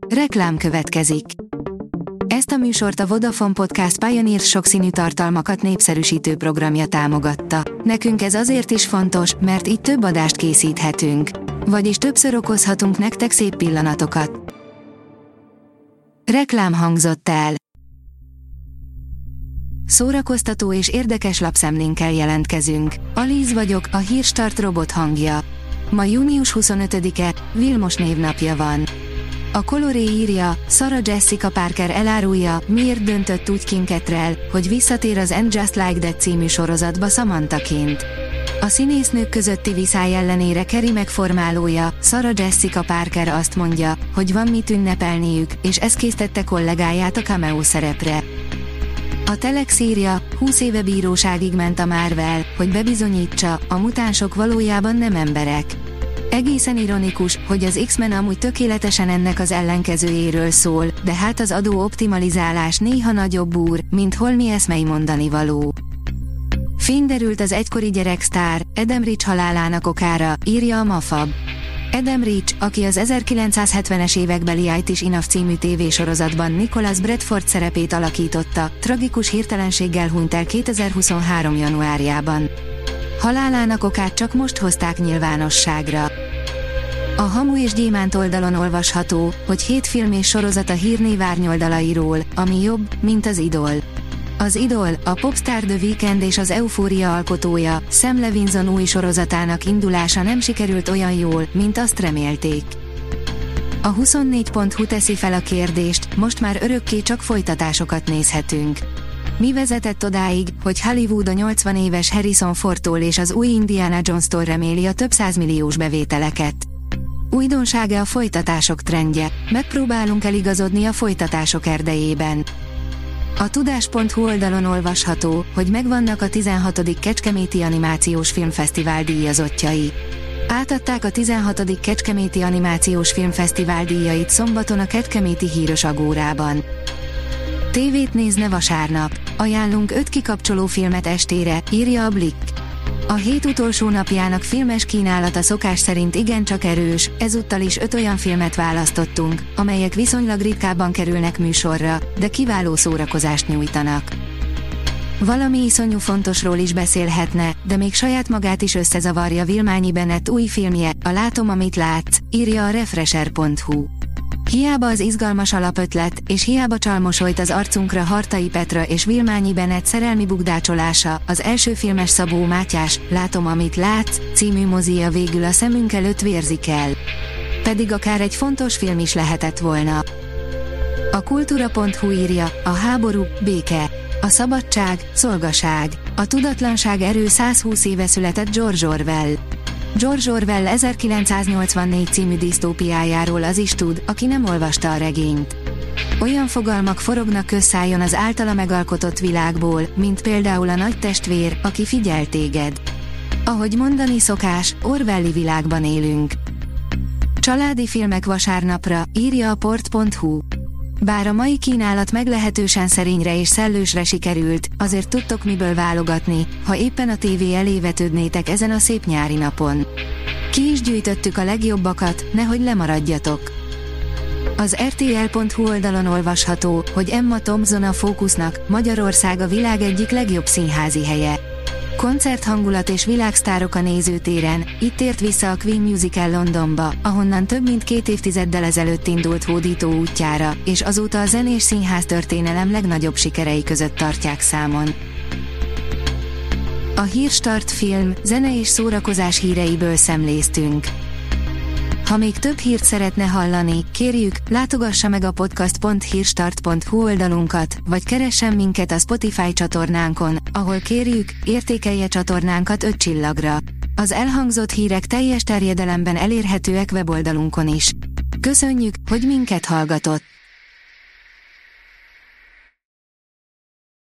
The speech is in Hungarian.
Reklám következik. Ezt a műsort a Vodafone Podcast Pioneer sokszínű tartalmakat népszerűsítő programja támogatta. Nekünk ez azért is fontos, mert így több adást készíthetünk. Vagyis többször okozhatunk nektek szép pillanatokat. Reklám hangzott el. Szórakoztató és érdekes lapszemlénkkel jelentkezünk. Alíz vagyok, a Hírstart robot hangja. Ma június 25-e, Vilmos névnapja van. A Coloré írja, Sarah Jessica Parker elárulja, miért döntött úgy Kim Cattrall, hogy visszatér az And Just Like That című sorozatba Samanthaként. A színésznők közötti viszály ellenére Carrie megformálója, Sarah Jessica Parker azt mondja, hogy van mit ünnepelniük, és ez késztette kollégáját a cameo szerepre. A Telex írja, 20 éve bíróságig ment a Marvel, hogy bebizonyítsa, a mutánsok valójában nem emberek. Egészen ironikus, hogy az X-Men amúgy tökéletesen ennek az ellenkezőjéről szól, de hát az adó-optimalizálás néha nagyobb úr, mint holmi eszmei mondanivaló. Fény derült az egykori gyereksztár, Adam Rich halálának okára, írja a Mafab. Adam Rich, aki az 1970-es évekbeli It Is Enough című tévésorozatban Nicholas Bradford szerepét alakította, tragikus hirtelenséggel hunyt el 2023. januárjában. Halálának okát csak most hozták nyilvánosságra. A Hamu és Gyémánt oldalon olvasható, hogy 7 film és sorozat a hírnév árnyoldalairól, ami jobb, mint az Idol. Az Idol, a Popstar The Weeknd és az Eufória alkotója, Sam Levinson új sorozatának indulása nem sikerült olyan jól, mint azt remélték. A 24.hu teszi fel a kérdést, most már örökké csak folytatásokat nézhetünk. Mi vezetett odáig, hogy Hollywood a 80 éves Harrison Fordtól és az új Indiana Jones-tól reméli a több százmilliós bevételeket? Újdonsága a folytatások trendje, megpróbálunk eligazodni a folytatások erdejében. A tudás.hu oldalon olvasható, hogy megvannak a 16. Kecskeméti Animációs Filmfesztivál díjazottjai. Átadták a 16. Kecskeméti Animációs Filmfesztivál díjait szombaton a Kecskeméti Híros Agórában. Tévét nézne vasárnap. Ajánlunk 5 kikapcsoló filmet estére, írja a Blick. A hét utolsó napjának filmes kínálata szokás szerint igencsak erős, ezúttal is 5 olyan filmet választottunk, amelyek viszonylag ritkábban kerülnek műsorra, de kiváló szórakozást nyújtanak. Valami iszonyú fontosról is beszélhetne, de még saját magát is összezavarja Vilmányi Bennett új filmje, a Látom, amit látsz, írja a Refresher.hu. Hiába az izgalmas alapötlet, és hiába csalmosolyt az arcunkra Hartai Petra és Vilmányi Bennett szerelmi bugdácsolása, az első filmes Szabó Mátyás, Látom, amit látsz, című mozija végül a szemünk előtt vérzik el. Pedig akár egy fontos film is lehetett volna. A kultúra.hu írja, a háború, béke, a szabadság, szolgaság, a tudatlanság erő 120 éve született George Orwell. George Orwell 1984 című disztópiájáról az is tud, aki nem olvasta a regényt. Olyan fogalmak forognak közszájon az általa megalkotott világból, mint például a nagy testvér, aki figyel téged. Ahogy mondani szokás, Orwelli világban élünk. Családi filmek vasárnapra, írja a port.hu. Bár a mai kínálat meglehetősen szerényre és szellősre sikerült, azért tudtok miből válogatni, ha éppen a tévé elé vetődnétek ezen a szép nyári napon. Ki is gyűjtöttük a legjobbakat, nehogy lemaradjatok. Az RTL.hu oldalon olvasható, hogy Emma Thompson a Fókusznak, Magyarország a világ egyik legjobb színházi helye. Koncerthangulat és világsztárok a nézőtéren, itt tért vissza a Queen Musical Londonba, ahonnan több mint 2 évtizeddel ezelőtt indult hódító útjára, és azóta a zenés színház történelem legnagyobb sikerei között tartják számon. A Hírstart film, zene és szórakozás híreiből szemléztünk. Ha még több hírt szeretne hallani, kérjük, látogassa meg a podcast.hírstart.hu oldalunkat, vagy keressen minket a Spotify csatornánkon, ahol kérjük, értékelje csatornánkat 5 csillagra. Az elhangzott hírek teljes terjedelemben elérhetőek weboldalunkon is. Köszönjük, hogy minket hallgatott!